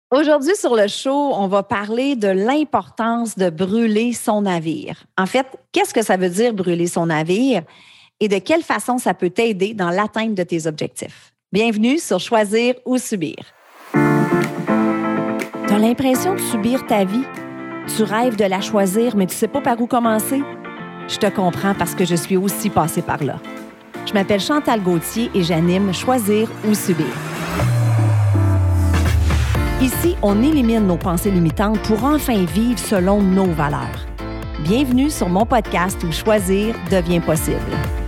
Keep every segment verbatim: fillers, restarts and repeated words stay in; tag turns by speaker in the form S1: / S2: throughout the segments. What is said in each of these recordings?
S1: Aujourd'hui, sur le show, on va parler de l'importance de brûler son navire. En fait, qu'est-ce que ça veut dire brûler son navire et de quelle façon ça peut t'aider dans l'atteinte de tes objectifs? Bienvenue sur Choisir ou Subir. Tu as l'impression de subir ta vie. Tu rêves de la choisir, mais tu ne sais pas par où commencer. Je te comprends parce que je suis aussi passée par là. Je m'appelle Chantal Gauthier et j'anime Choisir ou Subir. Ici, on élimine nos pensées limitantes pour enfin vivre selon nos valeurs. Bienvenue sur mon podcast où choisir devient possible.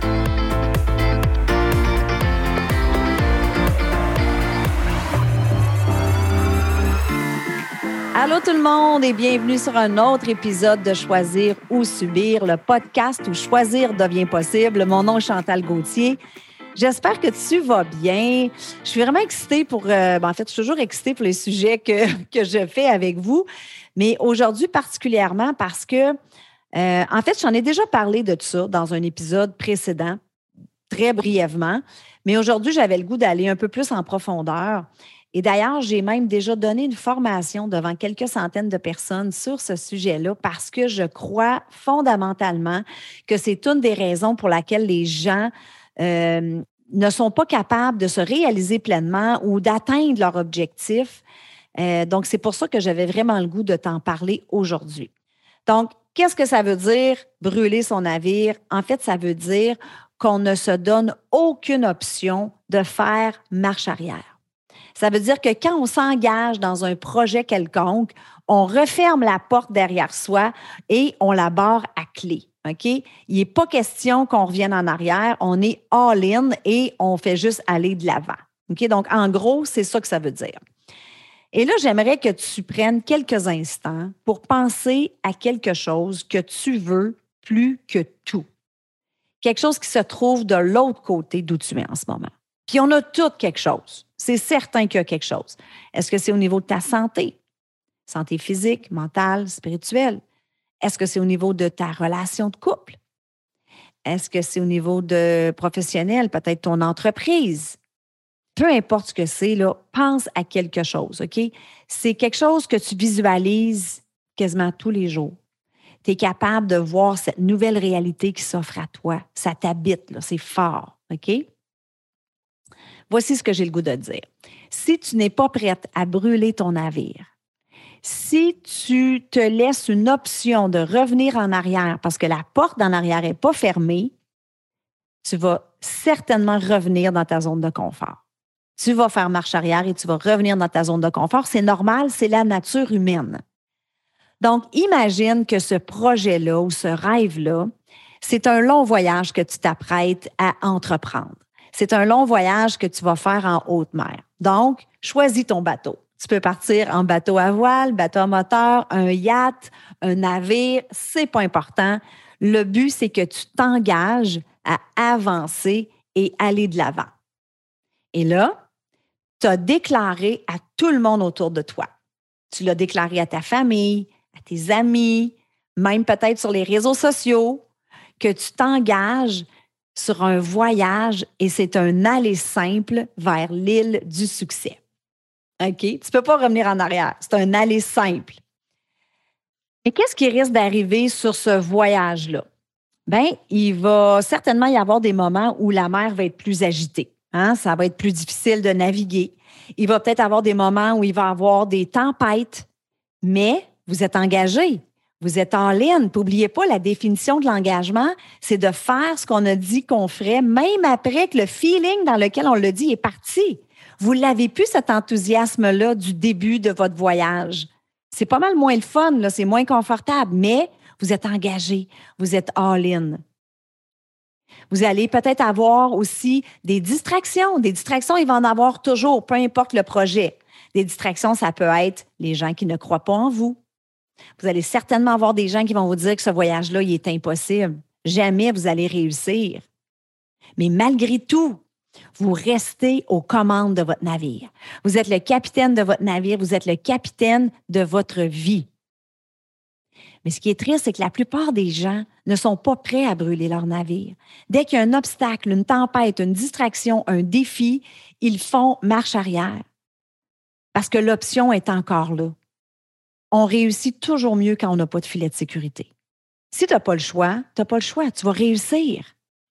S1: Allô tout le monde et bienvenue sur un autre épisode de Choisir ou Subir, le podcast où choisir devient possible. Mon nom est Chantal Gauthier. J'espère que tu vas bien. Je suis vraiment excitée pour... Euh, ben en fait, je suis toujours excitée pour les sujets que, que je fais avec vous. Mais aujourd'hui, particulièrement parce que, euh, en fait, j'en ai déjà parlé de ça dans un épisode précédent, très brièvement. Mais aujourd'hui, j'avais le goût d'aller un peu plus en profondeur. Et d'ailleurs, j'ai même déjà donné une formation devant quelques centaines de personnes sur ce sujet-là parce que je crois fondamentalement que c'est une des raisons pour laquelle les gens Euh, ne sont pas capables de se réaliser pleinement ou d'atteindre leur objectif. Euh, donc, c'est pour ça que j'avais vraiment le goût de t'en parler aujourd'hui. Donc, qu'est-ce que ça veut dire brûler son navire? En fait, ça veut dire qu'on ne se donne aucune option de faire marche arrière. Ça veut dire que quand on s'engage dans un projet quelconque, on referme la porte derrière soi et on la barre à clé. OK? Il n'est pas question qu'on revienne en arrière. On est all-in et on fait juste aller de l'avant. OK? Donc, en gros, c'est ça que ça veut dire. Et là, j'aimerais que tu prennes quelques instants pour penser à quelque chose que tu veux plus que tout. Quelque chose qui se trouve de l'autre côté d'où tu es en ce moment. Puis on a tout quelque chose. C'est certain qu'il y a quelque chose. Est-ce que c'est au niveau de ta santé? Santé physique, mentale, spirituelle? Est-ce que c'est au niveau de ta relation de couple? Est-ce que c'est au niveau de professionnel, peut-être ton entreprise? Peu importe ce que c'est, là, pense à quelque chose, OK? C'est quelque chose que tu visualises quasiment tous les jours. Tu es capable de voir cette nouvelle réalité qui s'offre à toi. Ça t'habite, là, c'est fort, OK? Voici ce que j'ai le goût de dire. Si tu n'es pas prête à brûler ton navire, si tu te laisses une option de revenir en arrière parce que la porte en arrière n'est pas fermée, tu vas certainement revenir dans ta zone de confort. Tu vas faire marche arrière et tu vas revenir dans ta zone de confort. C'est normal, c'est la nature humaine. Donc, imagine que ce projet-là ou ce rêve-là, c'est un long voyage que tu t'apprêtes à entreprendre. C'est un long voyage que tu vas faire en haute mer. Donc, choisis ton bateau. Tu peux partir en bateau à voile, bateau à moteur, un yacht, un navire, c'est pas important. Le but, c'est que tu t'engages à avancer et aller de l'avant. Et là, tu as déclaré à tout le monde autour de toi. Tu l'as déclaré à ta famille, à tes amis, même peut-être sur les réseaux sociaux, que tu t'engages sur un voyage et c'est un aller simple vers l'île du succès. OK? Tu ne peux pas revenir en arrière. C'est un aller simple. Mais qu'est-ce qui risque d'arriver sur ce voyage-là? Bien, il va certainement y avoir des moments où la mer va être plus agitée. Hein? Ça va être plus difficile de naviguer. Il va peut-être avoir des moments où il va y avoir des tempêtes, mais vous êtes engagé. Vous êtes en ligne. N'oubliez pas, la définition de l'engagement, c'est de faire ce qu'on a dit qu'on ferait, même après que le feeling dans lequel on l'a dit est parti. Vous l'avez plus, cet enthousiasme-là du début de votre voyage. C'est pas mal moins le fun, là, c'est moins confortable, mais vous êtes engagé, vous êtes all-in. Vous allez peut-être avoir aussi des distractions. Des distractions, il va en avoir toujours, peu importe le projet. Des distractions, ça peut être les gens qui ne croient pas en vous. Vous allez certainement avoir des gens qui vont vous dire que ce voyage-là, il est impossible. Jamais vous allez réussir. Mais malgré tout, vous restez aux commandes de votre navire. Vous êtes le capitaine de votre navire, vous êtes le capitaine de votre vie. Mais ce qui est triste, c'est que la plupart des gens ne sont pas prêts à brûler leur navire. Dès qu'il y a un obstacle, une tempête, une distraction, un défi, ils font marche arrière. Parce que l'option est encore là. On réussit toujours mieux quand on n'a pas de filet de sécurité. Si tu n'as pas le choix, tu n'as pas le choix, tu vas réussir.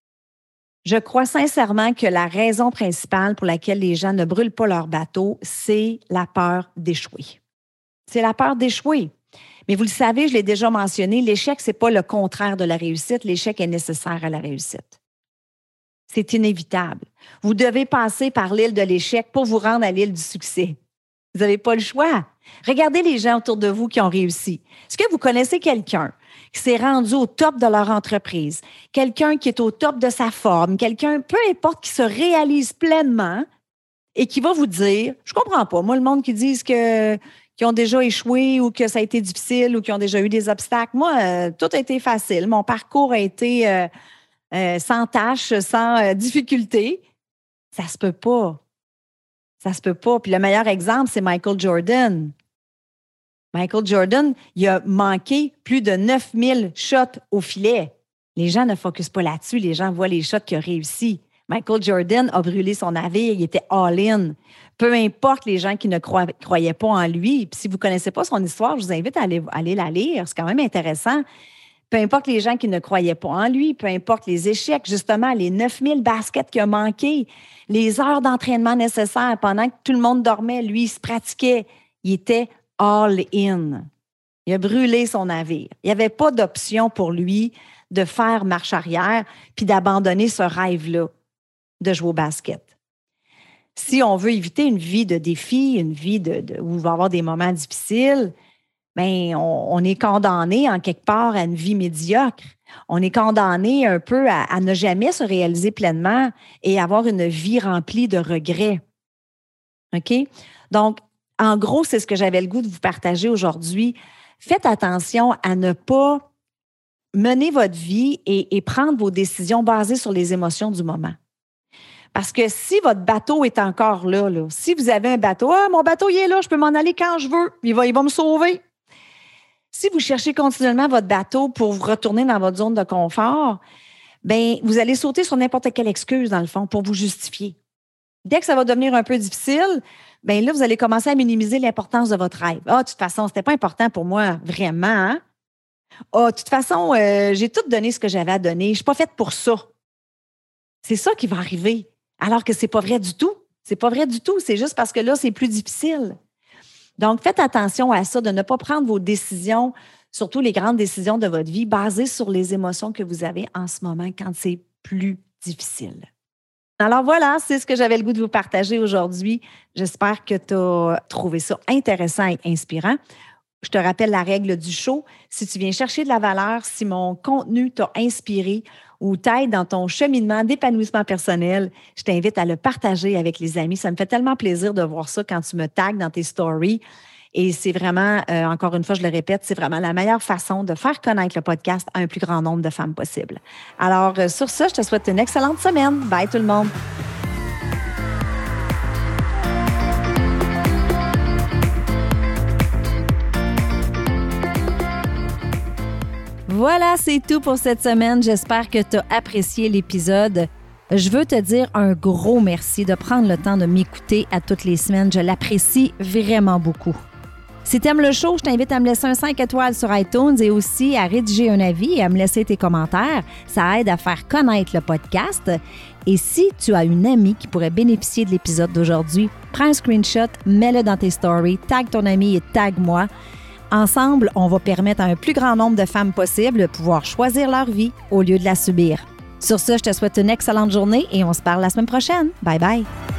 S1: Je crois sincèrement que la raison principale pour laquelle les gens ne brûlent pas leur bateau, c'est la peur d'échouer. C'est la peur d'échouer. Mais vous le savez, je l'ai déjà mentionné, l'échec, ce n'est pas le contraire de la réussite. L'échec est nécessaire à la réussite. C'est inévitable. Vous devez passer par l'île de l'échec pour vous rendre à l'île du succès. Vous n'avez pas le choix. Regardez les gens autour de vous qui ont réussi. Est-ce que vous connaissez quelqu'un qui s'est rendu au top de leur entreprise, quelqu'un qui est au top de sa forme, quelqu'un, peu importe, qui se réalise pleinement et qui va vous dire, je comprends pas, moi, le monde qui dit que qui ont déjà échoué ou que ça a été difficile ou qui ont déjà eu des obstacles. Moi, euh, tout a été facile. Mon parcours a été euh, euh, sans tâche, sans euh, difficulté. Ça se peut pas. Ça se peut pas. Puis le meilleur exemple, c'est Michael Jordan. Michael Jordan, il a manqué plus de neuf mille shots au filet. Les gens ne focusent pas là-dessus. Les gens voient les shots qu'il a réussi. Michael Jordan a brûlé son navire. Il était all-in. Peu importe les gens qui ne croyaient, croyaient pas en lui. Puis si vous ne connaissez pas son histoire, je vous invite à aller, aller la lire. C'est quand même intéressant. Peu importe les gens qui ne croyaient pas en lui, peu importe les échecs, justement, les neuf mille baskets qu'il a manqué, les heures d'entraînement nécessaires pendant que tout le monde dormait, lui, il se pratiquait. Il était all-in. Il a brûlé son navire. Il n'y avait pas d'option pour lui de faire marche arrière puis d'abandonner ce rêve-là de jouer au basket. Si on veut éviter une vie de défi, une vie de, de, où il va y avoir des moments difficiles, bien, on, on est condamné en quelque part à une vie médiocre. On est condamné un peu à, à ne jamais se réaliser pleinement et avoir une vie remplie de regrets. OK? Donc, en gros, c'est ce que j'avais le goût de vous partager aujourd'hui. Faites attention à ne pas mener votre vie et, et prendre vos décisions basées sur les émotions du moment. Parce que si votre bateau est encore là, là si vous avez un bateau, « Ah, mon bateau, il est là, je peux m'en aller quand je veux, il va, il va me sauver. » Si vous cherchez continuellement votre bateau pour vous retourner dans votre zone de confort, bien, vous allez sauter sur n'importe quelle excuse, dans le fond, pour vous justifier. Dès que ça va devenir un peu difficile, bien là, vous allez commencer à minimiser l'importance de votre rêve. « Ah, de toute façon, c'était pas important pour moi, vraiment. Hein? Ah, de toute façon, euh, j'ai tout donné ce que j'avais à donner. Je ne suis pas faite pour ça. » C'est ça qui va arriver. Alors que c'est pas vrai du tout. C'est pas vrai du tout. C'est juste parce que là, c'est plus difficile. Donc, faites attention à ça, de ne pas prendre vos décisions, surtout les grandes décisions de votre vie, basées sur les émotions que vous avez en ce moment quand c'est plus difficile. Alors voilà, c'est ce que j'avais le goût de vous partager aujourd'hui. J'espère que tu as trouvé ça intéressant et inspirant. Je te rappelle la règle du show. Si tu viens chercher de la valeur, si mon contenu t'a inspiré ou t'aide dans ton cheminement d'épanouissement personnel, je t'invite à le partager avec les amis. Ça me fait tellement plaisir de voir ça quand tu me tags dans tes stories. Et c'est vraiment, euh, encore une fois, je le répète, c'est vraiment la meilleure façon de faire connaître le podcast à un plus grand nombre de femmes possible. Alors, euh, sur ça, je te souhaite une excellente semaine. Bye tout le monde! Voilà, c'est tout pour cette semaine. J'espère que tu as apprécié l'épisode. Je veux te dire un gros merci de prendre le temps de m'écouter à toutes les semaines. Je l'apprécie vraiment beaucoup. Si tu aimes le show, je t'invite à me laisser un cinq étoiles sur iTunes et aussi à rédiger un avis et à me laisser tes commentaires. Ça aide à faire connaître le podcast. Et si tu as une amie qui pourrait bénéficier de l'épisode d'aujourd'hui, prends un screenshot, mets-le dans tes stories, tag ton ami et tag moi. Ensemble, on va permettre à un plus grand nombre de femmes possible de pouvoir choisir leur vie au lieu de la subir. Sur ce, je te souhaite une excellente journée et on se parle la semaine prochaine. Bye bye!